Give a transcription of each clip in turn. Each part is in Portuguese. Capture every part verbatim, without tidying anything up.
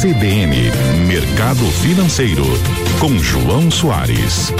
C B N, Mercado Financeiro, com João Soares.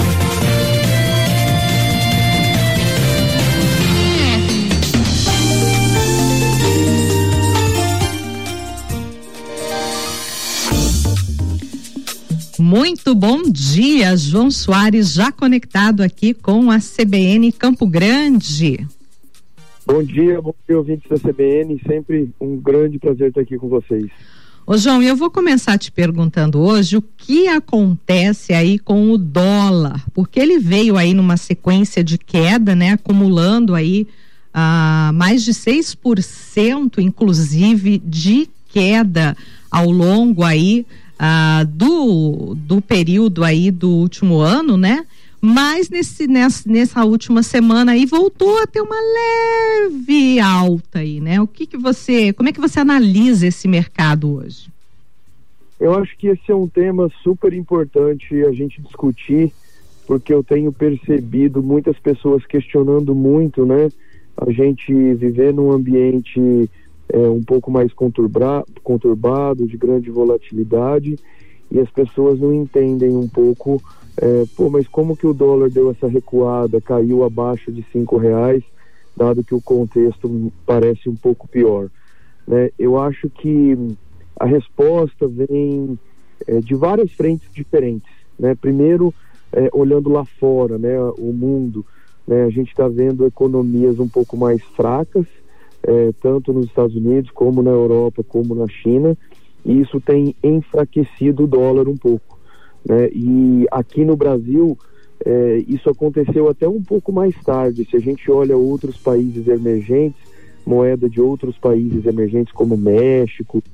Muito bom dia, João Soares, já conectado aqui com a C B N Campo Grande. Bom dia, bom dia, ouvintes da C B N, sempre um grande prazer estar aqui com vocês. Ô João, eu vou começar te perguntando hoje o que acontece aí com o dólar, porque ele veio aí numa sequência de queda, né, acumulando aí ah, mais de seis por cento, inclusive, de queda ao longo aí ah, do, do período aí do último ano, né? Mas nesse, nessa, nessa última semana aí voltou a ter uma leve alta aí, né? O que que você, como é que você analisa esse mercado hoje? Eu acho que esse é um tema super importante a gente discutir, porque eu tenho percebido muitas pessoas questionando muito, né? A gente viver num ambiente é, um pouco mais conturba, conturbado, de grande volatilidade, e as pessoas não entendem um pouco É, pô, mas como que o dólar deu essa recuada, caiu abaixo de cinco reais, dado que o contexto parece um pouco pior, né? Eu acho que a resposta vem é, de várias frentes diferentes, né? Primeiro, é, olhando lá fora, né, o mundo, né, a gente está vendo economias um pouco mais fracas, é, tanto nos Estados Unidos como na Europa, como na China, e isso tem enfraquecido o dólar um pouco, né? E aqui no Brasil é, isso aconteceu até um pouco mais tarde. Se a gente olha outros países emergentes, moeda de outros países emergentes como México,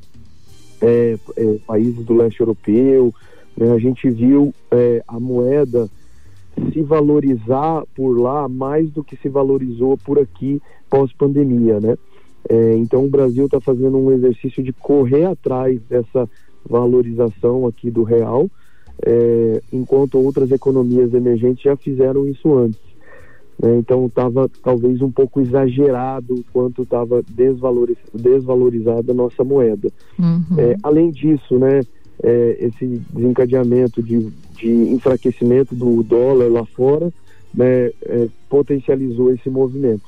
é, é, países do leste europeu, né? A gente viu é, a moeda se valorizar por lá mais do que se valorizou por aqui pós-pandemia, né? É, então o Brasil está fazendo um exercício de correr atrás dessa valorização aqui do real, É, enquanto outras economias emergentes já fizeram isso antes, né? Então estava talvez um pouco exagerado o quanto estava desvaloriz, desvalorizada a nossa moeda. Uhum. É, além disso, né, é, esse desencadeamento de, de enfraquecimento do dólar lá fora, né, é, potencializou esse movimento.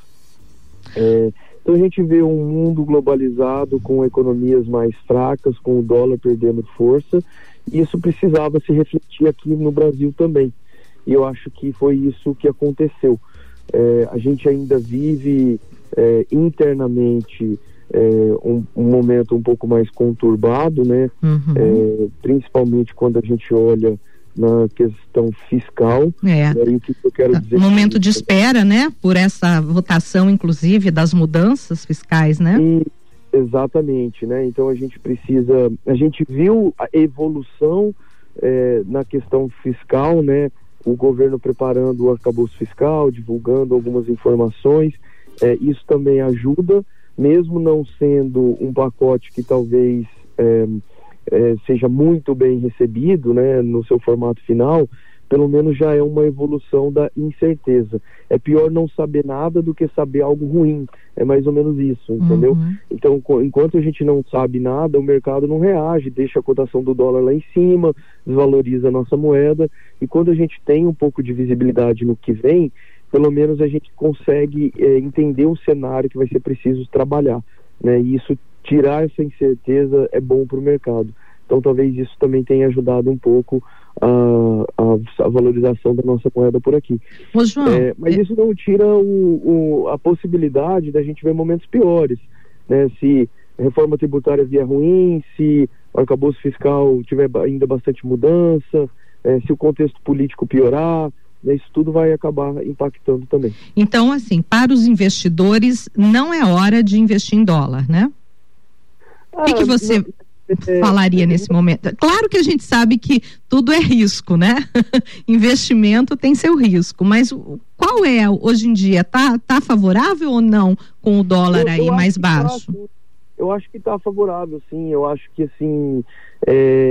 É, então a gente vê um mundo globalizado com economias mais fracas, com o dólar perdendo força. Isso precisava se refletir aqui no Brasil também, e eu acho que foi isso que aconteceu. É, a gente ainda vive é, internamente é, um, um momento um pouco mais conturbado, né? Uhum. É, principalmente quando a gente olha na questão fiscal. É. Né? E o que eu quero dizer? Um momento de espera, né? Por essa votação, inclusive, das mudanças fiscais, né? E exatamente, né? Então a gente precisa, a gente viu a evolução é, na questão fiscal, né? O governo preparando o arcabouço fiscal, divulgando algumas informações, é, isso também ajuda, mesmo não sendo um pacote que talvez é, é, seja muito bem recebido, né? No seu formato final, pelo menos já é uma evolução da incerteza. É pior não saber nada do que saber algo ruim. É mais ou menos isso, entendeu? Uhum. Então, enquanto a gente não sabe nada, o mercado não reage, deixa a cotação do dólar lá em cima, desvaloriza a nossa moeda, e quando a gente tem um pouco de visibilidade no que vem, pelo menos a gente consegue é, entender o cenário que vai ser preciso trabalhar, né? E isso, tirar essa incerteza é bom para o mercado. Então talvez isso também tenha ajudado um pouco a, a, a valorização da nossa moeda por aqui. Ô, João, é, mas é... isso não tira o, o, a possibilidade da gente ver momentos piores, né? Se a reforma tributária vier ruim, se o arcabouço fiscal tiver ainda bastante mudança, é, se o contexto político piorar, né? Isso tudo vai acabar impactando também. Então, assim, para os investidores não é hora de investir em dólar, né? O ah, que, que você... Não... falaria nesse momento? Claro que a gente sabe que tudo é risco, né? Investimento tem seu risco, mas qual é hoje em dia? Tá, tá favorável ou não com o dólar eu, aí eu mais baixo? Tá, eu acho que tá favorável, sim. Eu acho que assim, é,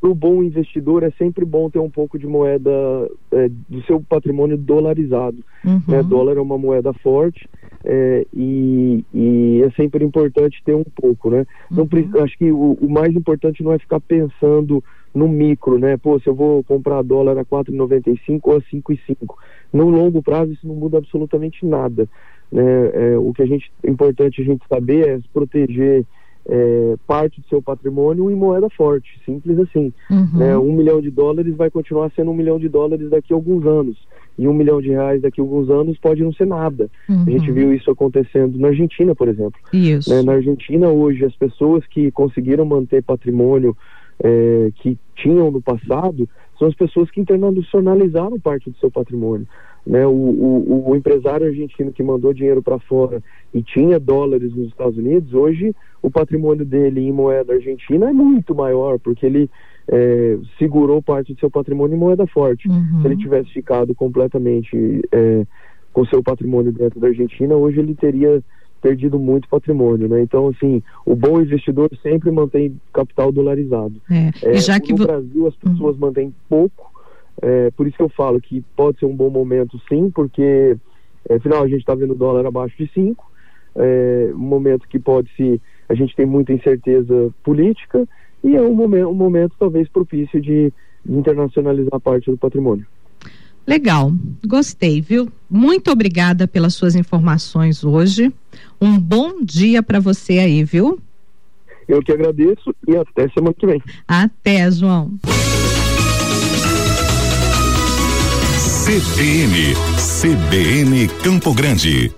para o bom investidor é sempre bom ter um pouco de moeda é, do seu patrimônio dolarizado. Uhum. Né? Dólar é uma moeda forte é, e, e é sempre importante ter um pouco, né? Uhum. Não, acho que o, o mais importante não é ficar pensando no micro, né? Pô, se eu vou comprar dólar a quatro reais e noventa e cinco ou a cinco reais e cinco. No longo prazo isso não muda absolutamente nada, né? É, o que a gente, é importante a gente saber é proteger é, parte do seu patrimônio em moeda forte, simples assim. Uhum. Né? Um milhão de dólares vai continuar sendo um milhão de dólares daqui a alguns anos, e um milhão de reais daqui a alguns anos pode não ser nada. Uhum. A gente viu isso acontecendo na Argentina, por exemplo. Isso. Né? Na Argentina hoje as pessoas que conseguiram manter patrimônio É, que tinham no passado, são as pessoas que internacionalizaram parte do seu patrimônio, né? O, o, o empresário argentino que mandou dinheiro para fora e tinha dólares nos Estados Unidos, hoje o patrimônio dele em moeda argentina é muito maior, porque ele é, segurou parte do seu patrimônio em moeda forte. Uhum. Se ele tivesse ficado completamente é, com seu patrimônio dentro da Argentina, hoje ele teria perdido muito patrimônio, né? Então, assim, o bom investidor sempre mantém capital dolarizado. É. É, e já que no vo... Brasil as pessoas uhum. mantêm pouco, é, por isso que eu falo que pode ser um bom momento, sim, porque é, afinal a gente está vendo o dólar abaixo de cinco, é, um momento que pode se a gente tem muita incerteza política e é um momento, um momento talvez propício de, de internacionalizar parte do patrimônio. Legal, gostei, viu? Muito obrigada pelas suas informações hoje. Um bom dia para você aí, viu? Eu que agradeço e até semana que vem. Até, João. C B N, C B N Campo Grande.